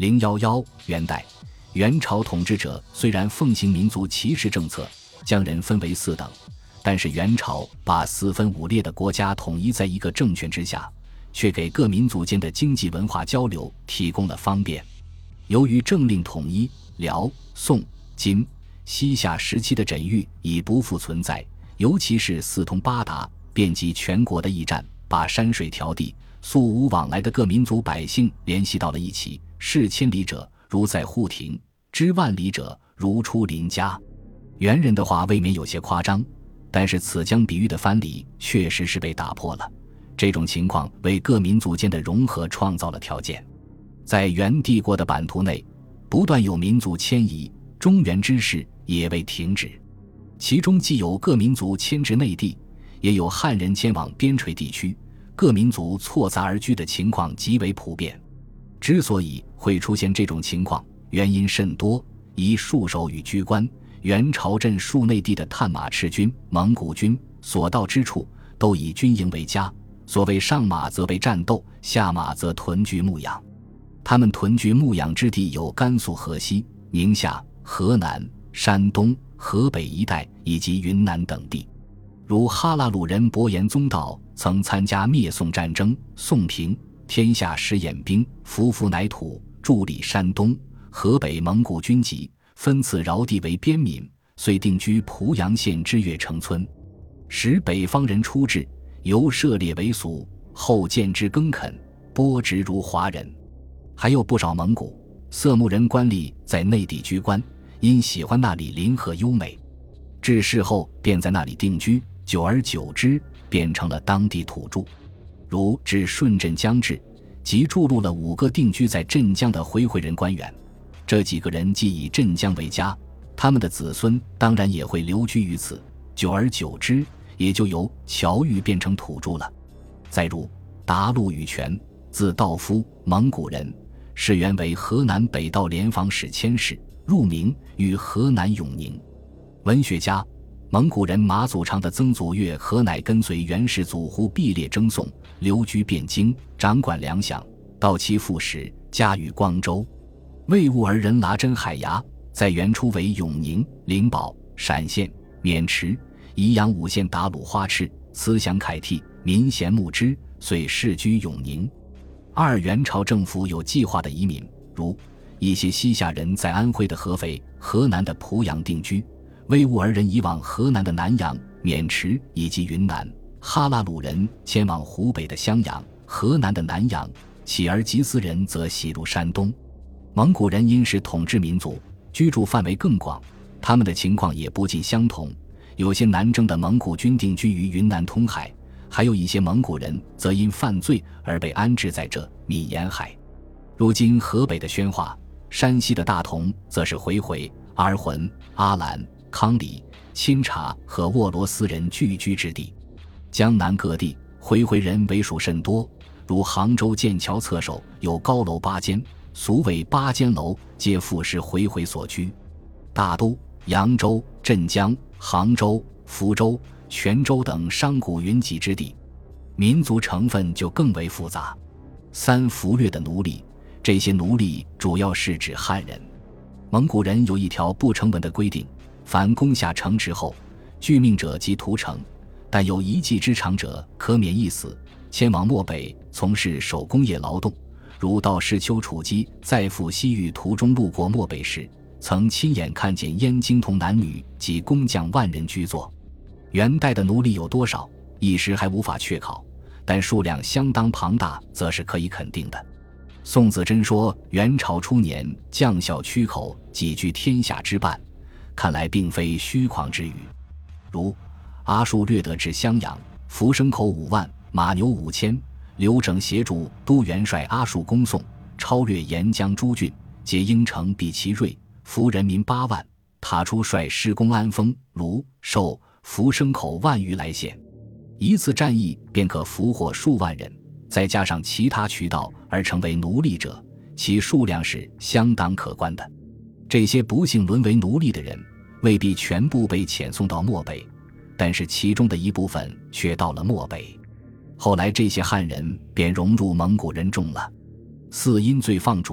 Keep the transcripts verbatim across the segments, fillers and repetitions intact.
零一一元代，元朝统治者虽然奉行民族歧视政策，将人分为四等，但是元朝把四分五裂的国家统一在一个政权之下，却给各民族间的经济文化交流提供了方便。由于政令统一，辽、宋、金、西夏时期的枕域已不复存在，尤其是四通八达、遍及全国的驿站，把山水迢递、素无往来的各民族百姓联系到了一起，视千里者如在户庭，知万里者如出邻家。元人的话未免有些夸张，但是此将比喻的藩篱确实是被打破了，这种情况为各民族间的融合创造了条件。在元帝国的版图内，不断有民族迁移，中原之势也未停止。其中既有各民族迁至内地，也有汉人迁往边陲地区，各民族错杂而居的情况极为普遍。之所以会出现这种情况，原因甚多，以戍守与居官、元朝镇戍内地的探马赤军、蒙古军所到之处，都以军营为家，所谓上马则为战斗，下马则屯居牧养。他们屯居牧养之地有甘肃河西、宁夏、河南、山东、河北一带以及云南等地。如哈拉鲁人伯颜宗道曾参加灭宋战争，宋平天下时演兵，伏伏乃土，驻立山东、河北蒙古军籍，分赐饶地为边民，遂定居濮阳县之岳城村。使北方人出至，由涉猎为俗，后见之耕垦，播植如华人。还有不少蒙古、色目人官吏在内地居官，因喜欢那里林壑优美，至世后便在那里定居，久而久之变成了当地土著。如至顺镇将至，即筑入了五个定居在镇江的回回人官员，这几个人既以镇江为家，他们的子孙当然也会留居于此，久而久之也就由侨寓变成土著了。再如达陆羽泉，字道夫，蒙古人，世原为河南北道联防使佥事，入名于河南永宁。文学家，蒙古人马祖常的曾祖岳何乃跟随元世祖忽必烈征宋，留居汴京，掌管粮饷，到其复时家于光州。魏兀儿人剌真海牙，在元初为永宁、灵宝、陕县、渑池、宜阳五县达鲁花赤，思想楷剔，民贤慕之，遂世居永宁。二元朝政府有计划的移民，如一些西夏人在安徽的合肥、河南的濮阳定居，魏兀儿人移往河南的南阳、渑池以及云南，哈拉鲁人迁往湖北的襄阳、河南的南阳，乞儿吉斯人则徙入山东。蒙古人因是统治民族，居住范围更广，他们的情况也不尽相同，有些南征的蒙古军定居于云南通海，还有一些蒙古人则因犯罪而被安置在这岷沿海。如今河北的宣化、山西的大同则是回回、阿尔浑、阿兰、康里、钦察和沃罗斯人聚居之地。江南各地回回人为数甚多，如杭州剑桥侧首有高楼八间，俗谓八间楼，皆复是回回所居。大都、扬州、镇江、杭州、福州、泉州等商贾云集之地，民族成分就更为复杂。三俘掠的奴隶，这些奴隶主要是指汉人。蒙古人有一条不成文的规定，凡攻下城池后，拒命者即屠城，但有一技之长者可免一死，迁往漠北从事手工业劳动。如到世丘处机在赴西域途中路过漠北时，曾亲眼看见燕京童男女及工匠万人居作。元代的奴隶有多少，一时还无法确考，但数量相当庞大则是可以肯定的。宋子真说元朝初年将校曲口几居天下之半，看来并非虚诳之语。如阿术掠得至襄阳，伏牲口五万，马牛五千，刘整协助都元帅阿术攻宋，超越沿江诸郡，皆应城毕其锐，俘人民八万。塔出率师攻安丰、卢、寿、伏牲口万余来县，一次战役便可俘获数万人，再加上其他渠道而成为奴隶者，其数量是相当可观的。这些不幸沦为奴隶的人未必全部被遣送到漠北，但是其中的一部分却到了漠北。后来这些汉人便融入蒙古人众了。四因罪放逐，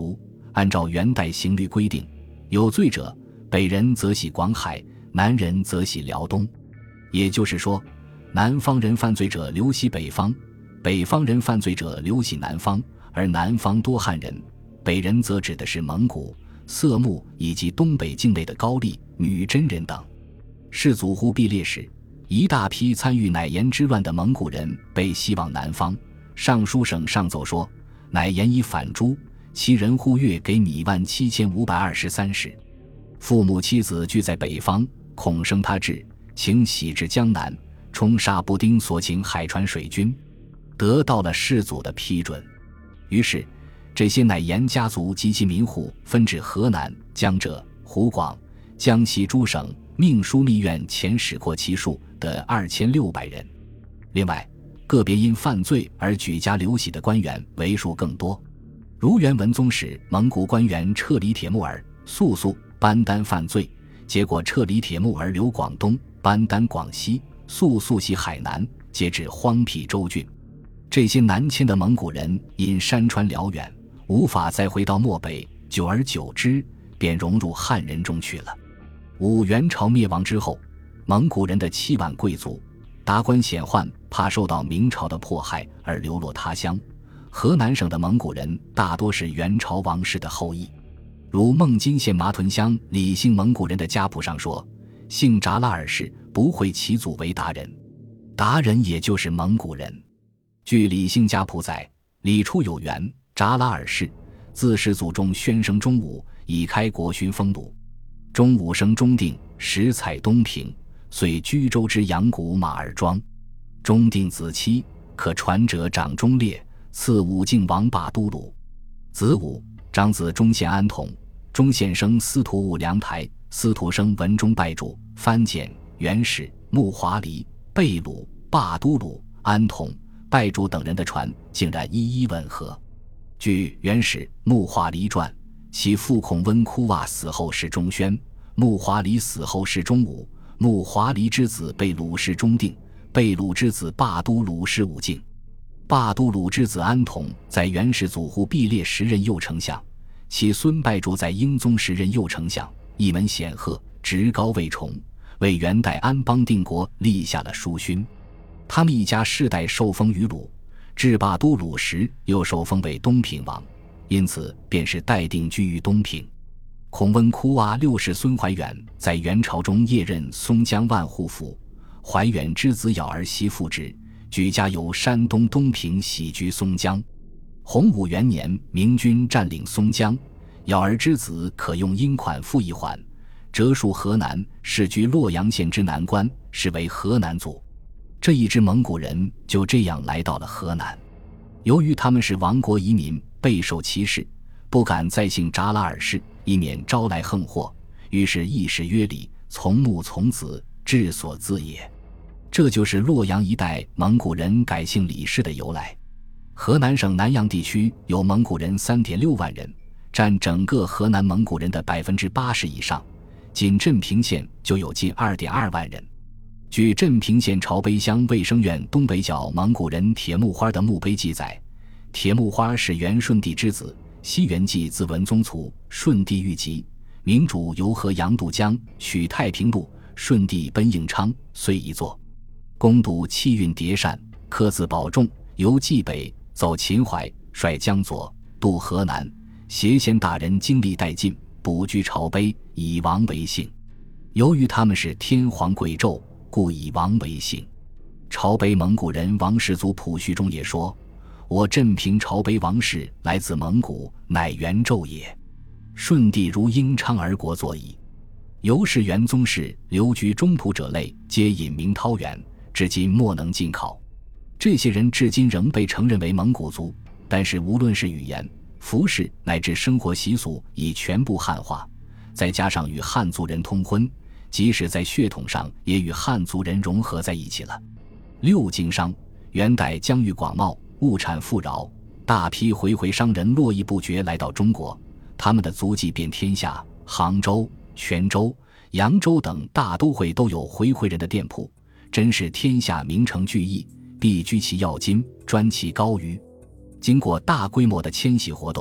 按照元代刑律规定，有罪者，北人则系广海，南人则系辽东。也就是说，南方人犯罪者流徙北方，北方人犯罪者流徙南方，而南方多汉人，北人则指的是蒙古、色目以及东北境内的高丽、女真人等。世祖忽必烈时，一大批参与乃颜之乱的蒙古人被西往南方，尚书省上奏说，乃颜以反诛，其人户月给米万七千五百二十三石。父母妻子聚在北方，恐生他志，请徙至江南，冲杀布丁所请海船水军，得到了世祖的批准。于是这些乃颜家族及其民户分至河南、江浙、湖广、江西诸省，命枢密院遣使扩其数，得二千六百人。另外，个别因犯罪而举家流徙的官员为数更多，如元文宗时蒙古官员撤离铁木儿、速速、班丹犯罪，结果撤离铁木儿流广东，班丹广西，速速袭海南，截至荒僻州郡。这些南迁的蒙古人因山川辽远，无法再回到漠北，久而久之便融入汉人中去了。五元朝灭亡之后，蒙古人的七万贵族、达官显宦怕受到明朝的迫害而流落他乡。河南省的蒙古人大多是元朝王室的后裔，如孟津县麻屯乡李姓蒙古人的家谱上说，姓札拉尔氏，不讳其祖为达人，达人也就是蒙古人。据李姓家谱载，李初有元，札拉尔氏，自始祖中宣生中武，以开国勋封鲁。中武生中定，时采东平，遂居州之阳谷马尔庄。中定子期，可传者长忠烈，赐武靖王霸都鲁。子武，长子忠献安统，忠献生司徒武梁台，司徒生文中拜主、藩简、元始、木华黎、贝鲁、霸都鲁、安统、拜主等人的传竟然一一吻合。据元始、木华黎传，其父孔温枯瓦死后是中宣，木华黎死后是中武，木华黎之子贝鲁是中定，贝鲁之子霸都鲁是武靖。霸都鲁之子安统在元世祖忽必烈时任右丞相，其孙拜主在英宗时任右丞相，一门显赫，职高位崇，为元代安邦定国立下了殊勋。他们一家世代受封于鲁，至霸都鲁时又受封为东平王，因此便是代定居于东平。孔温枯瓦六世孙怀远在元朝中夜任松江万户府，怀远之子咬儿媳妇之，举家由山东东平徙居松江。洪武元年，明军占领松江，咬儿之子可用阴款付一缓，折戍河南，世居洛阳县之南关，是为河南族。这一支蒙古人就这样来到了河南。由于他们是亡国移民，备受歧视，不敢再姓札拉尔氏，以免招来横祸，于是议事约礼，从母从子，治所自也。这就是洛阳一带蒙古人改姓李氏的由来。河南省南阳地区有蒙古人 三点六万人，占整个河南蒙古人的 百分之八十 以上，仅镇平县就有近 二点二万人。据镇平县朝碑乡卫生院东北角蒙古人铁木花的墓碑记载，铁木花是元顺帝之子，西元纪自文宗卒，顺帝遇疾，明主由河阳渡江，取太平路，顺帝奔应昌，遂一作。攻读气运迭善，刻字保重，由冀北走秦淮，率江左渡河南，携贤大人经历殆尽，补居朝碑，以王为姓。由于他们是天皇贵胄，故以王为姓。朝碑蒙古人王氏族谱序中也说，我镇平朝碑王氏来自蒙古，乃元胄也。顺帝如英昌而国作矣。由是元宗室留居中土者类，皆隐名涛远，至今莫能尽考。这些人至今仍被承认为蒙古族，但是无论是语言、服饰乃至生活习俗已全部汉化，再加上与汉族人通婚，即使在血统上也与汉族人融合在一起了。六经商，元代疆域广袤，物产富饶，大批回回商人络绎不绝来到中国，他们的足迹遍天下，杭州、泉州、扬州等大都会都有回回人的店铺，真是天下名城聚义，必居其要津，专其高于。经过大规模的迁徙活动，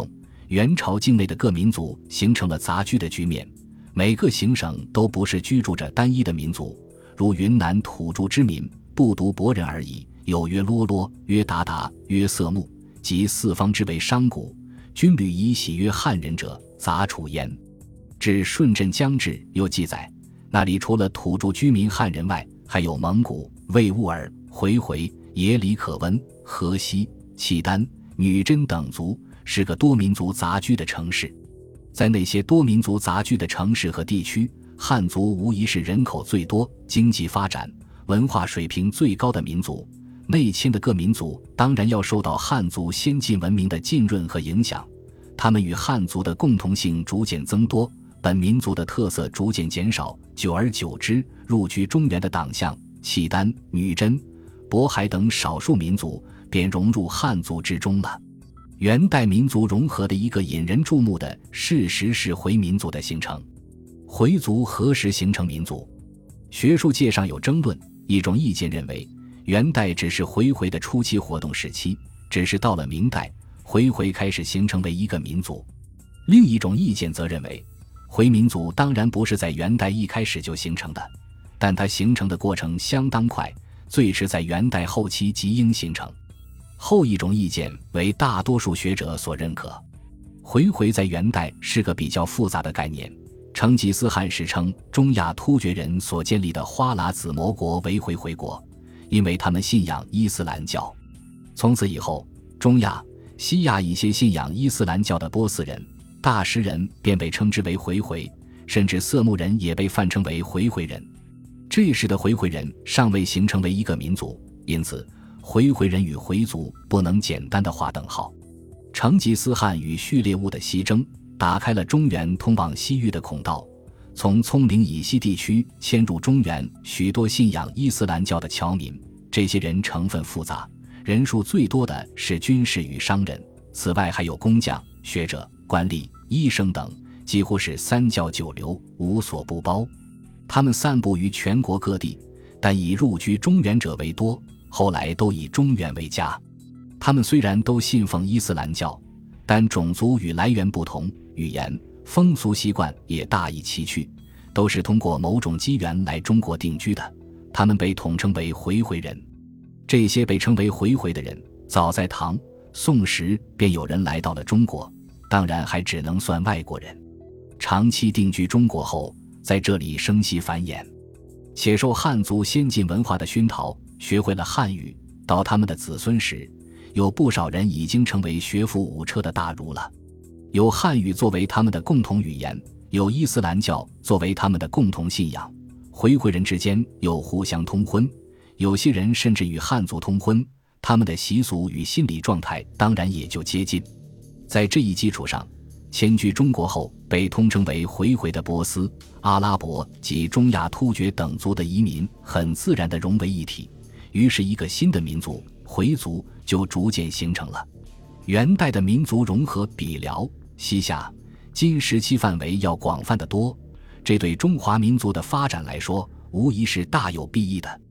元朝境内的各民族形成了杂居的局面，每个行省都不是居住着单一的民族，如云南土著之民不独博人而已，有约啰啰、约鞑靼、约色目，及四方之为商贾，均屡以喜曰汉人者，杂处焉。至顺镇将至，又记载那里除了土著居民汉人外，还有蒙古、维吾尔、回回、耶里可温、河西、契丹、女真等族，是个多民族杂居的城市。在那些多民族杂居的城市和地区，汉族无疑是人口最多、经济发展、文化水平最高的民族。内迁的各民族当然要受到汉族先进文明的浸润和影响，他们与汉族的共同性逐渐增多，本民族的特色逐渐减少，久而久之，入居中原的党项、契丹、女真、渤海等少数民族便融入汉族之中了。元代民族融合的一个引人注目的事实是回民族的形成。回族何时形成民族？学术界上有争论，一种意见认为元代只是回回的初期活动时期，只是到了明代，回回开始形成为一个民族。另一种意见则认为，回民族当然不是在元代一开始就形成的，但它形成的过程相当快，最迟在元代后期即应形成。后一种意见为大多数学者所认可。回回在元代是个比较复杂的概念，成吉思汗时称中亚突厥人所建立的花剌子模国为回回国，因为他们信仰伊斯兰教。从此以后，中亚、西亚一些信仰伊斯兰教的波斯人、大食人便被称之为回回，甚至色目人也被泛称为回回人。这时的回回人尚未形成为一个民族，因此回回人与回族不能简单的划等号。成吉思汗与序列兀的西征，打开了中原通往西域的孔道，从葱岭以西地区迁入中原许多信仰伊斯兰教的侨民，这些人成分复杂，人数最多的是军事与商人，此外还有工匠、学者、官吏、医生等，几乎是三教九流，无所不包。他们散布于全国各地，但以入居中原者为多，后来都以中原为家。他们虽然都信奉伊斯兰教，但种族与来源不同，语言、风俗习惯也大异其趣，都是通过某种机缘来中国定居的。他们被统称为回回人。这些被称为回回的人，早在唐、宋时便有人来到了中国，当然还只能算外国人。长期定居中国后，在这里生息繁衍，且受汉族先进文化的熏陶，学会了汉语。到他们的子孙时，有不少人已经成为学富五车的大儒了。有汉语作为他们的共同语言，有伊斯兰教作为他们的共同信仰，回回人之间有互相通婚，有些人甚至与汉族通婚，他们的习俗与心理状态当然也就接近。在这一基础上，迁居中国后被通称为回回的波斯、阿拉伯及中亚突厥等族的移民很自然地融为一体，于是一个新的民族回族就逐渐形成了。元代的民族融合比辽、西夏、金时期范围要广泛得多，这对中华民族的发展来说无疑是大有裨益的。